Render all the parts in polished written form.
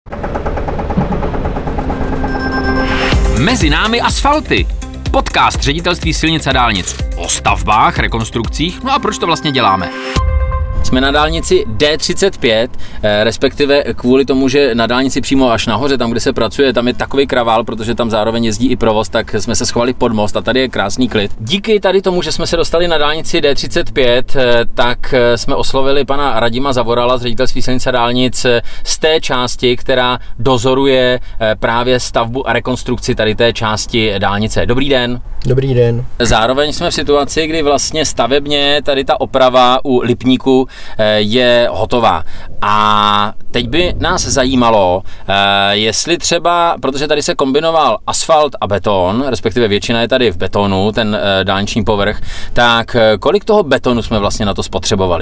Mezi námi asfalty. Podcast Ředitelství silnic a dálnic o stavbách, rekonstrukcích, no a proč to vlastně děláme? Jsme na dálnici D35, respektive kvůli tomu, že na dálnici přímo až nahoře, tam, kde se pracuje, tam je takový kravál, protože tam zároveň jezdí i provoz, tak jsme se schovali pod most a tady je krásný klid. Díky tady tomu, že jsme se dostali na dálnici D35, tak jsme oslovili pana Radima Zavorala z Ředitelství silnic a dálnic z té části, která dozoruje právě stavbu a rekonstrukci tady té části dálnice. Dobrý den. Dobrý den. Zároveň jsme v situaci, kdy vlastně stavebně tady ta oprava u Lipníku je hotová. A teď by nás zajímalo, jestli třeba, protože tady se kombinoval asfalt a beton, respektive většina je tady v betonu, ten dálniční povrch, tak kolik toho betonu jsme vlastně na to spotřebovali?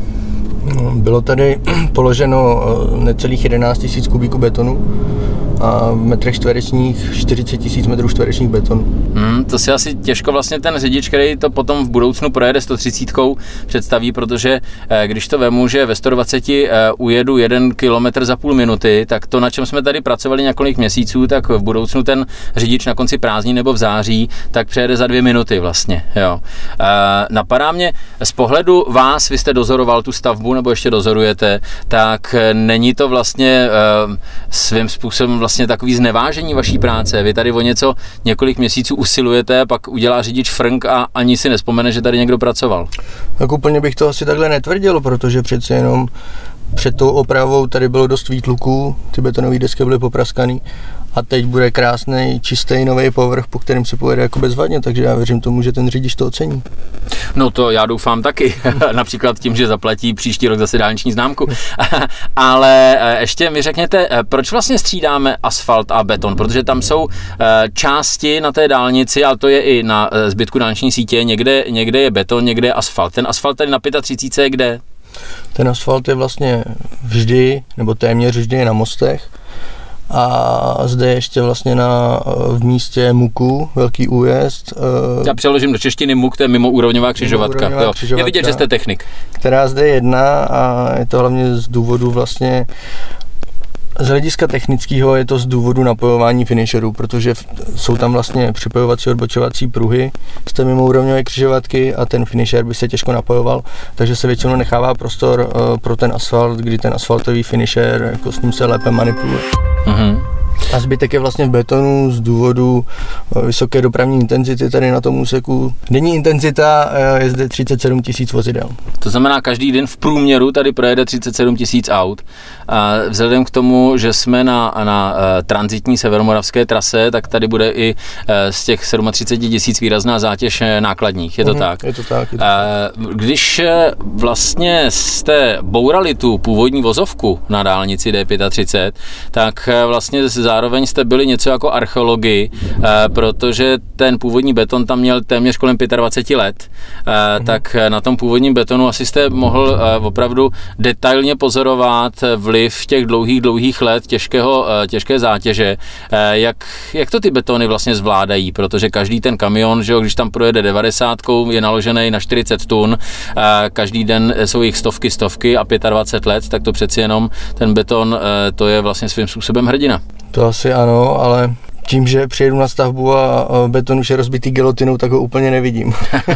Bylo tady položeno necelých 11 000 kubíků betonu a v metrech čtverečních 40 000 metrů čtverečních betonu. To si asi těžko vlastně ten řidič, který to potom v budoucnu projede 130 představí, protože když to vemu, že ve 120 ujedu 1 kilometr za půl minuty, tak to, na čem jsme tady pracovali několik měsíců, tak v budoucnu ten řidič na konci prázdnin nebo v září, tak přejede za 2 minuty vlastně. Jo. Napadá mě, z pohledu vás, vy jste dozoroval tu stavbu, nebo ještě dozorujete, tak není to vlastně svým způsobem vlastně takový znevážení vaší práce. Vy tady o něco několik měsíců usilujete, pak udělá řidič frnk a ani si nespomene, že tady někdo pracoval. Tak úplně bych to asi takhle netvrdil, protože přece jenom před tou opravou tady bylo dost výtluků, ty betonové desky byly popraskaný a teď bude krásný, čistý nový povrch, po kterém se pojede jako bezvadně, takže já věřím tomu, že ten řidič to ocení. No to já doufám taky, například tím, že zaplatí příští rok zase dálniční známku. Ale ještě mi řekněte, proč vlastně střídáme asfalt a beton, protože tam jsou části na té dálnici, ale to je i na zbytku dálniční sítě, někde je beton, někde je asfalt. Ten asfalt tady na 35 je kde? Ten asfalt je vlastně vždy, nebo téměř vždy je na mostech. A zde ještě vlastně v místě MUKu, velký újezd. Já přeložím do češtiny MUK, to je mimoúrovňová křižovatka. Je vidět, že jste technik. Která zde je jedna a je to hlavně z důvodu vlastně, z hlediska technického je to z důvodu napojování finisherů, protože jsou tam vlastně připojovací odbočovací pruhy z té mimoúrovňové křižovatky a ten finisher by se těžko napojoval, takže se většinou nechává prostor pro ten asfalt, kdy ten asfaltový finisher, jako s ním se lépe manipuluje. A zbytek je vlastně v betonu z důvodu vysoké dopravní intenzity tady na tom úseku. Denní intenzita je zde 37 000 vozidel. To znamená, každý den v průměru tady projede 37 000 aut. A vzhledem k tomu, že jsme na tranzitní severomoravské trase, tak tady bude i z těch 37 000 výrazná zátěž nákladních. Je to tak? Je to tak. Když vlastně jste bourali tu původní vozovku na dálnici D35, tak vlastně zároveň jste byli něco jako archeologi, protože ten původní beton tam měl téměř kolem 25 let, tak na tom původním betonu asi jste mohl opravdu detailně pozorovat vliv těch dlouhých let těžké zátěže. Jak to ty betony vlastně zvládají, protože každý ten kamion, že jo, když tam projede 90, je naložený na 40 tun, každý den jsou jich stovky a 25 let, tak to přeci jenom ten beton, to je vlastně svým způsobem hrdina. To asi ano, ale tím, že přijedu na stavbu a beton už je rozbitý gelotinou, tak ho úplně nevidím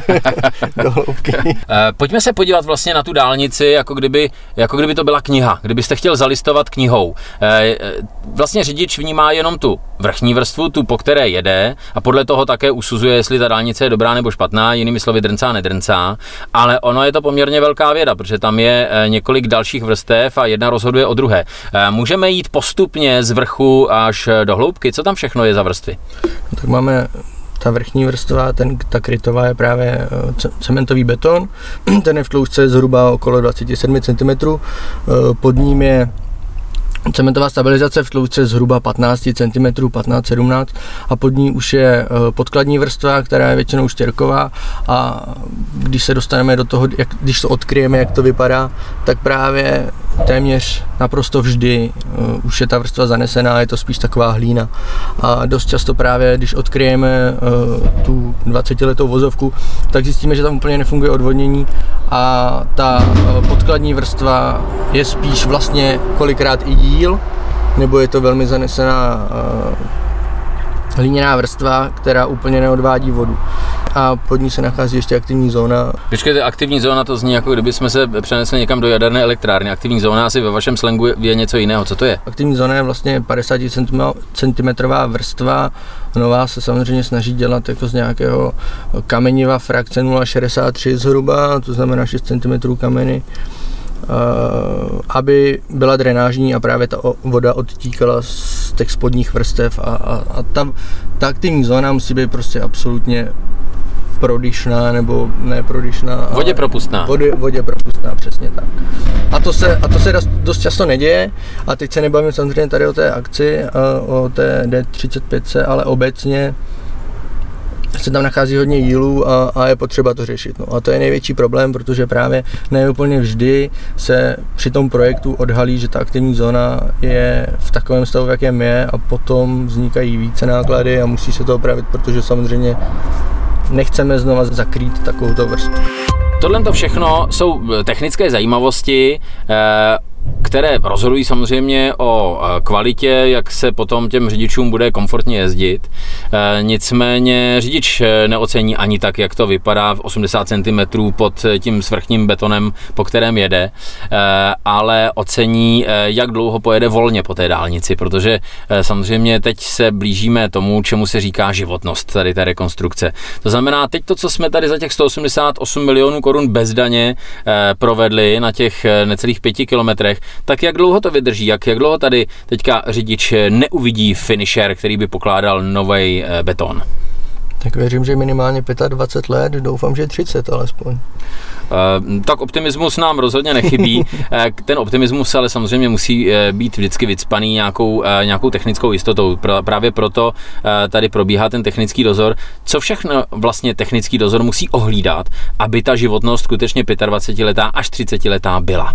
do hloubky. Pojďme se podívat vlastně na tu dálnici, jako kdyby to byla kniha, kdybyste chtěl zalistovat knihou. Vlastně řidič vnímá jenom tu vrchní vrstvu, tu, po které jede, a podle toho také usuzuje, jestli ta dálnice je dobrá nebo špatná, jinými slovy drncá, nedrncá, ale ono je to poměrně velká věda, protože tam je několik dalších vrstev a jedna rozhoduje o druhé. Můžeme jít postupně z vrchu až do hloubky, co tam všechno je za vrstvy? Tak máme ta vrchní vrstva, ta krytová je právě cementový beton, ten je v tloušťce zhruba okolo 27 cm, pod ním je cementová stabilizace v tloušťce zhruba 15 cm, 15-17 a pod ní už je podkladní vrstva, která je většinou štěrková a když se dostaneme do toho, když to odkryjeme, jak to vypadá, tak právě téměř naprosto vždy už je ta vrstva zanesená, je to spíš taková hlína a dost často právě, když odkryjeme tu 20letou vozovku, tak zjistíme, že tam úplně nefunguje odvodnění a ta podkladní vrstva je spíš vlastně kolikrát i díl nebo je to velmi zanesená hliněná vrstva, která úplně neodvádí vodu. A pod ní se nachází ještě aktivní zóna. Počkejte, aktivní zóna to zní, jako kdyby jsme se přenesli někam do jaderné elektrárny. Aktivní zóna asi ve vašem slangu je něco jiného. Co to je? Aktivní zóna je vlastně 50 cm vrstva. Nová se samozřejmě snaží dělat jako z nějakého kameniva frakce 0,63 zhruba, to znamená 6 cm kameny, aby byla drenážní a právě ta voda odtíkala z těch spodních vrstev a ta aktivní zóna musí být prostě absolutně prodyšná nebo neprodyšná. Vodě propustná. Vodě propustná, přesně tak. A to se dost často neděje a teď se nebavím samozřejmě tady o té akci, o té D35, ale obecně se tam nachází hodně jílů a je potřeba to řešit. No a to je největší problém, protože právě ne úplně vždy se při tom projektu odhalí, že ta aktivní zóna je v takovém stavu, jakém je, a potom vznikají více náklady a musí se to opravit, protože samozřejmě nechceme znova zakrýt takovouto vrstvu. Tohle to všechno jsou technické zajímavosti, které rozhodují samozřejmě o kvalitě, jak se potom těm řidičům bude komfortně jezdit. Nicméně řidič neocení ani tak, jak to vypadá v 80 cm pod tím svrchním betonem, po kterém jede, ale ocení, jak dlouho pojede volně po té dálnici, protože samozřejmě teď se blížíme tomu, čemu se říká životnost tady té rekonstrukce. To znamená, teď to, co jsme tady za těch 188 milionů korun bez daně provedli na těch necelých 5 kilometrech, tak jak dlouho to vydrží, jak dlouho tady teďka řidič neuvidí finisher, který by pokládal nový beton? Tak věřím, že minimálně 25 let, doufám, že 30 alespoň. Tak optimismus nám rozhodně nechybí. Ten optimismus ale samozřejmě musí být vždycky vycpaný nějakou technickou jistotou. Právě proto tady probíhá ten technický dozor. Co všechno vlastně technický dozor musí ohlídat, aby ta životnost skutečně 25letá až 30letá byla?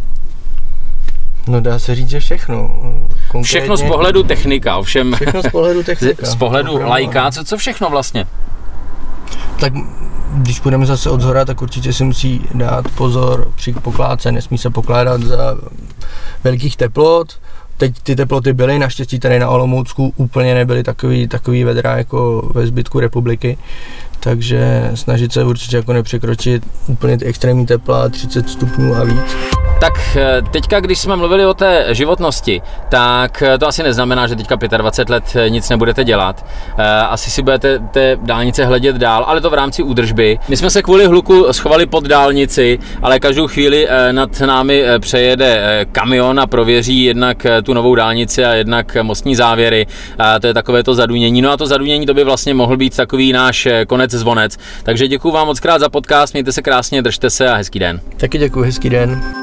No dá se říct, že všechno. Konkrétně, všechno z pohledu technika, ovšem. Všechno z pohledu technika. Z pohledu laika, co všechno vlastně? Tak když půjdeme zase od zhora, tak určitě si musí dát pozor při pokládce, nesmí se pokládat za velkých teplot. Teď ty teploty byly, naštěstí tady na Olomoucku úplně nebyly takový vedra jako ve zbytku republiky, takže snažit se určitě jako nepřekročit úplně ty extrémní tepla, 30 stupňů a víc. Tak teďka, když jsme mluvili o té životnosti, tak to asi neznamená, že teďka 25 let nic nebudete dělat. Asi si budete té dálnice hledět dál, ale to v rámci údržby. My jsme se kvůli hluku schovali pod dálnici, ale každou chvíli nad námi přejede kamion a prověří jednak tu novou dálnici a jednak mostní závěry. A to je takové to zadunění. No a to zadunění, to by vlastně mohl být takový náš konec zvonec. Takže děkuju vám moc krát za podcast, mějte se krásně, držte se a hezký den. Taky děkuju, hezký den.